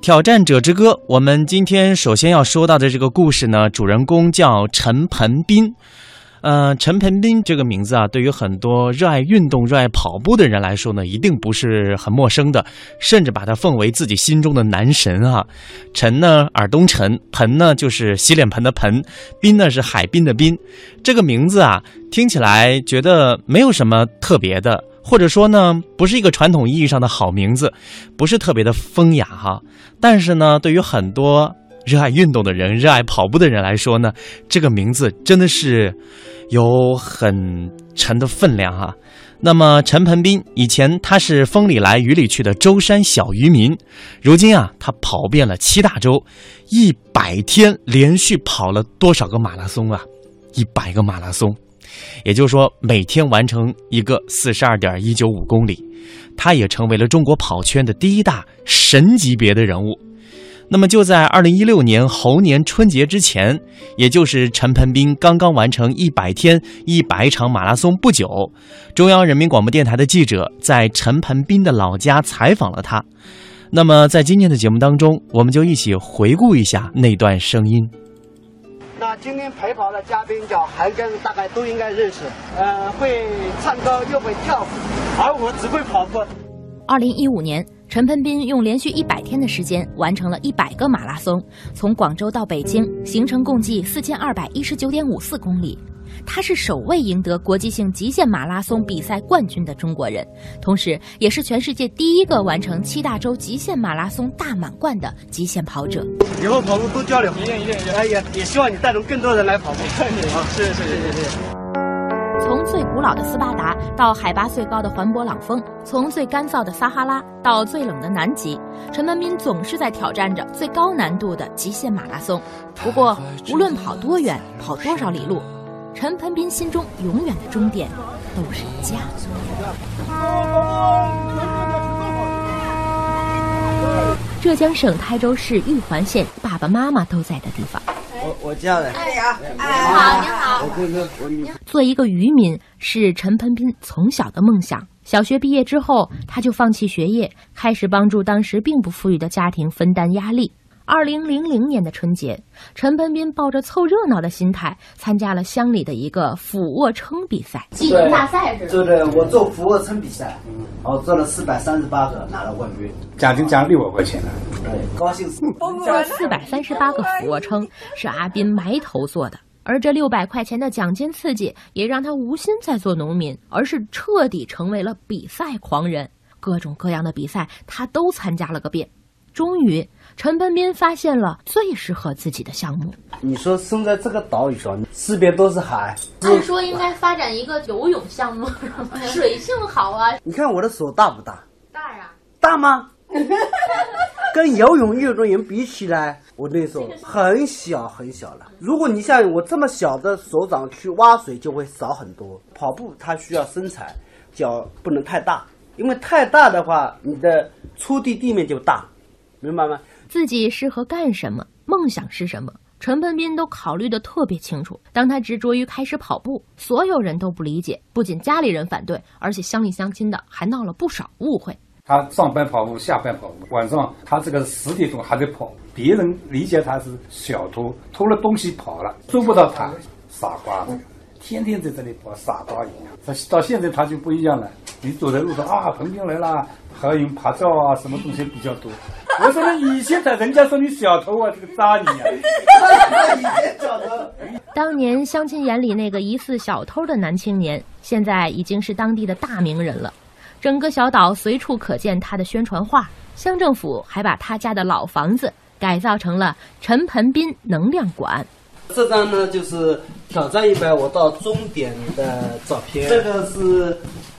挑战者之歌，我们今天首先要说到的这个故事呢，主人公叫陈盆斌。陈盆斌这个名字啊，对于很多热爱运动、热爱跑步的人来说呢，一定不是很陌生的，甚至把他奉为自己心中的男神啊。陈呢，耳东陈；盆呢，就是洗脸盆的盆；斌呢，是海滨的滨。这个名字啊，听起来觉得没有什么特别的，或者说呢，不是一个传统意义上的好名字，不是特别的风雅哈。但是呢，对于很多热爱运动的人、热爱跑步的人来说呢，这个名字真的是有很沉的分量哈。那么陈盆斌以前他是风里来雨里去的舟山小渔民，如今啊，他跑遍了7大洲，100天连续跑了多少个马拉松啊？100个马拉松，也就是说每天完成一个42.195公里，他也成为了中国跑圈的第一大神级别的人物。那么就在2016年猴年春节之前，也就是陈盆斌刚刚完成100天100场马拉松不久，中央人民广播电台的记者在陈盆斌的老家采访了他。那么在今天的节目当中，我们就一起回顾一下那段声音。 那今天陪跑的嘉宾叫韩庚，大概都应该认识。会唱歌又会跳舞，而我只会跑步。 2015年，陈盆斌用连续100天的时间完成了100个马拉松，从广州到北京，行程共计4219.54公里。他是首位赢得国际性极限马拉松比赛冠军的中国人，同时也是全世界第一个完成7大洲极限马拉松大满贯的极限跑者。 以后跑步多交流，一定。也希望你带动更多人来跑步。好，谢谢。 从最古老的斯巴达到海拔最高的环勃朗峰，从最干燥的撒哈拉到最冷的南极，陈盆斌总是在挑战着最高难度的极限马拉松。不过，无论跑多远，跑多少里路，陈盆斌心中永远的终点都是家。浙江省台州市玉环县爸爸妈妈都在的地方。 我家人。 好，你好。做一个渔民是陈盆斌从小的梦想。小学毕业之后，他就放弃学业，开始帮助当时并不富裕的家庭分担压力。2000年的春节，陈盆斌抱着凑热闹的心态，参加了乡里的一个俯卧撑比赛。技能大赛是吧？ 对，我做俯卧撑比赛，我做了438个，拿了冠军， 奖金奖600块钱呢。 对，高兴死。 这438个俯卧撑是阿斌埋头做的，而这600块钱的奖金刺激，也让他无心再做农民，而是彻底成为了比赛狂人。各种各样的比赛，他都参加了个遍。终于，陈盆斌发现了最适合自己的项目。 你说生在这个岛屿上，四边都是海， 按说应该发展一个游泳项目，水性好啊。 你看我的手大不大？ 大呀。 大吗？跟游泳运动员比起来，我那手很小了。如果你像我这么小的手掌去挖水，就会少很多。跑步它需要身材，脚不能太大，因为太大的话，你的触地面就大。明白吗？ 自己适合干什么，梦想是什么，陈盆斌都考虑得特别清楚。当他执着于开始跑步，所有人都不理解，不仅家里人反对，而且乡里乡亲的还闹了不少误会。 他上班跑步，下班跑步，晚上他这个10点钟还在跑，别人理解他是小偷，偷了东西跑了，捉不到他，傻瓜子。天天在这里跑，傻瓜一样。到现在他就不一样了。你走在路上啊，盆斌来了，合影拍照啊，什么东西比较多。我说以前人家说你小偷啊，这个渣你啊。 以前小偷。 当年乡亲眼里那个疑似小偷的男青年，现在已经是当地的大名人了。整个小岛随处可见他的宣传画，乡政府还把他家的老房子改造成了陈盆斌能量馆。 这张呢就是挑战100我到终点的照片。这个是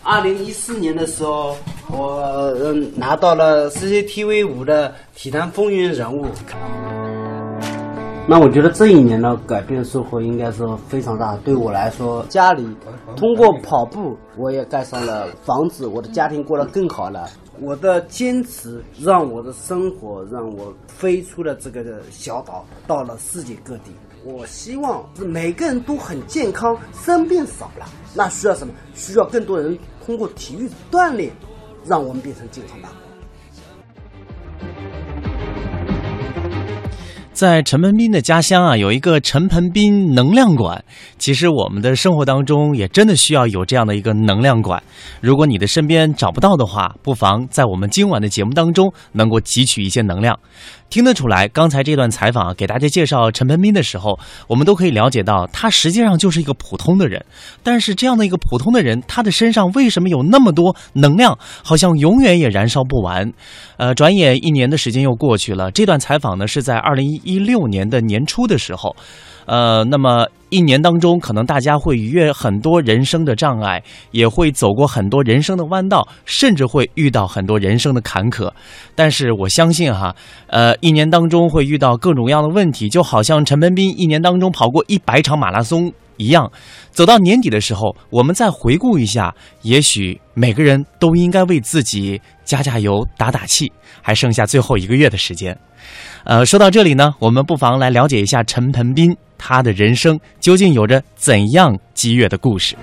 2014年的时候，我拿到了 CCTV5 的体坛风云人物。那我觉得这一年呢，改变生活应该是非常大。对我来说，家里通过跑步，我也盖上了房子，我的家庭过得更好了。我的坚持让我的生活，让我飞出了这个小岛，到了世界各地。我希望是每个人都很健康，生病少了。那需要什么？需要更多人通过体育锻炼，让我们变成健康大国。 在陈盆斌的家乡啊，有一个陈盆斌能量馆。其实我们的生活当中也真的需要有这样的一个能量馆。如果你的身边找不到的话，不妨在我们今晚的节目当中能够汲取一些能量。听得出来，刚才这段采访给大家介绍陈盆斌的时候，我们都可以了解到，他实际上就是一个普通的人。但是这样的一个普通的人，他的身上为什么有那么多能量，好像永远也燃烧不完？转眼1年的时间又过去了。这段采访呢是在2016年的年初的时候。那么1年当中，可能大家会逾越很多人生的障碍，也会走过很多人生的弯道，甚至会遇到很多人生的坎坷。但是我相信哈，1年当中会遇到各种各样的问题，就好像陈盆斌1年当中跑过100场马拉松一样。走到年底的时候，我们再回顾一下，也许每个人都应该为自己加加油、打打气，还剩下最后1个月的时间。说到这里呢，我们不妨来了解一下陈盆斌他的人生究竟有着怎样激越的故事。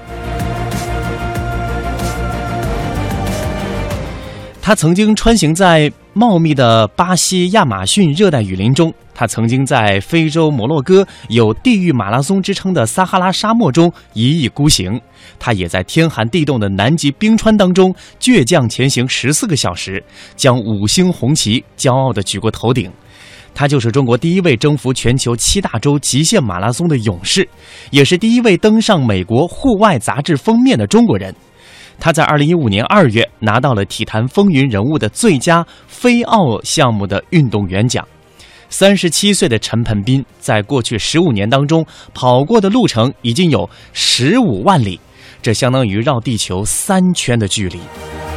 他曾经穿行在茂密的巴西亚马逊热带雨林中，他曾经在非洲摩洛哥有地狱马拉松之称的撒哈拉沙漠中一意孤行，他也在天寒地冻的南极冰川当中倔强前行14个小时，将5星红旗骄傲地举过头顶。他就是中国第一位征服全球7大洲极限马拉松的勇士，也是第一位登上美国户外杂志封面的中国人。他在2015年2月拿到了体坛风云人物的最佳非奥项目的运动员奖。37岁的陈盆斌在过去15年当中跑过的路程已经有15万里，这相当于绕地球3圈的距离。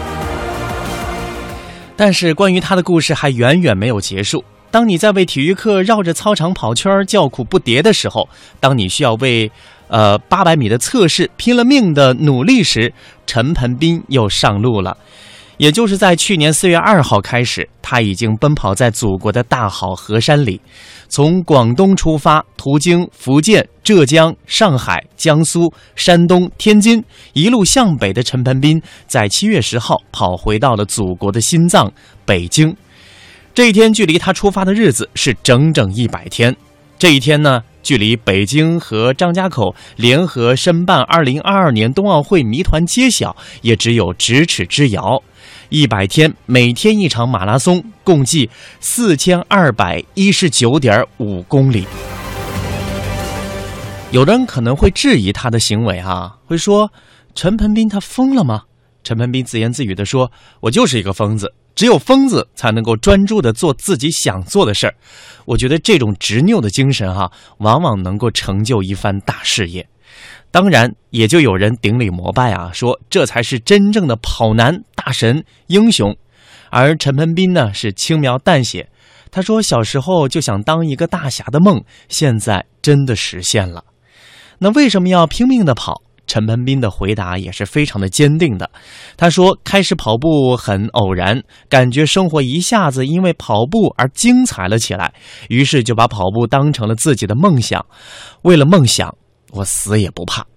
但是关于他的故事还远远没有结束。当你在为体育课绕着操场跑圈叫苦不迭的时候，当你需要为800米的测试拼了命的努力时，陈盆斌又上路了。也就是在去年4月2号开始，他已经奔跑在祖国的大好河山里。从广东出发，途经福建、浙江、上海、江苏、山东、天津，一路向北的陈盆斌在7月10号跑回到了祖国的心脏北京。这一天距离他出发的日子是整整100天。这一天呢，距离北京和张家口联合申办2022年冬奥会谜团揭晓也只有咫尺之遥。100天，每天一场马拉松，共计4219.5公里。有人可能会质疑他的行为会说陈盆斌他疯了吗？陈盆斌自言自语地说，我就是一个疯子，只有疯子才能够专注地做自己想做的事儿。我觉得这种执拗的精神往往能够成就一番大事业。当然也就有人顶礼膜拜说这才是真正的跑男大神英雄。而陈盆斌呢是轻描淡写，他说小时候就想当一个大侠的梦，现在真的实现了。那为什么要拼命地跑？陈盆斌的回答也是非常的坚定的。他说开始跑步很偶然，感觉生活一下子因为跑步而精彩了起来，于是就把跑步当成了自己的梦想。为了梦想，我死也不怕。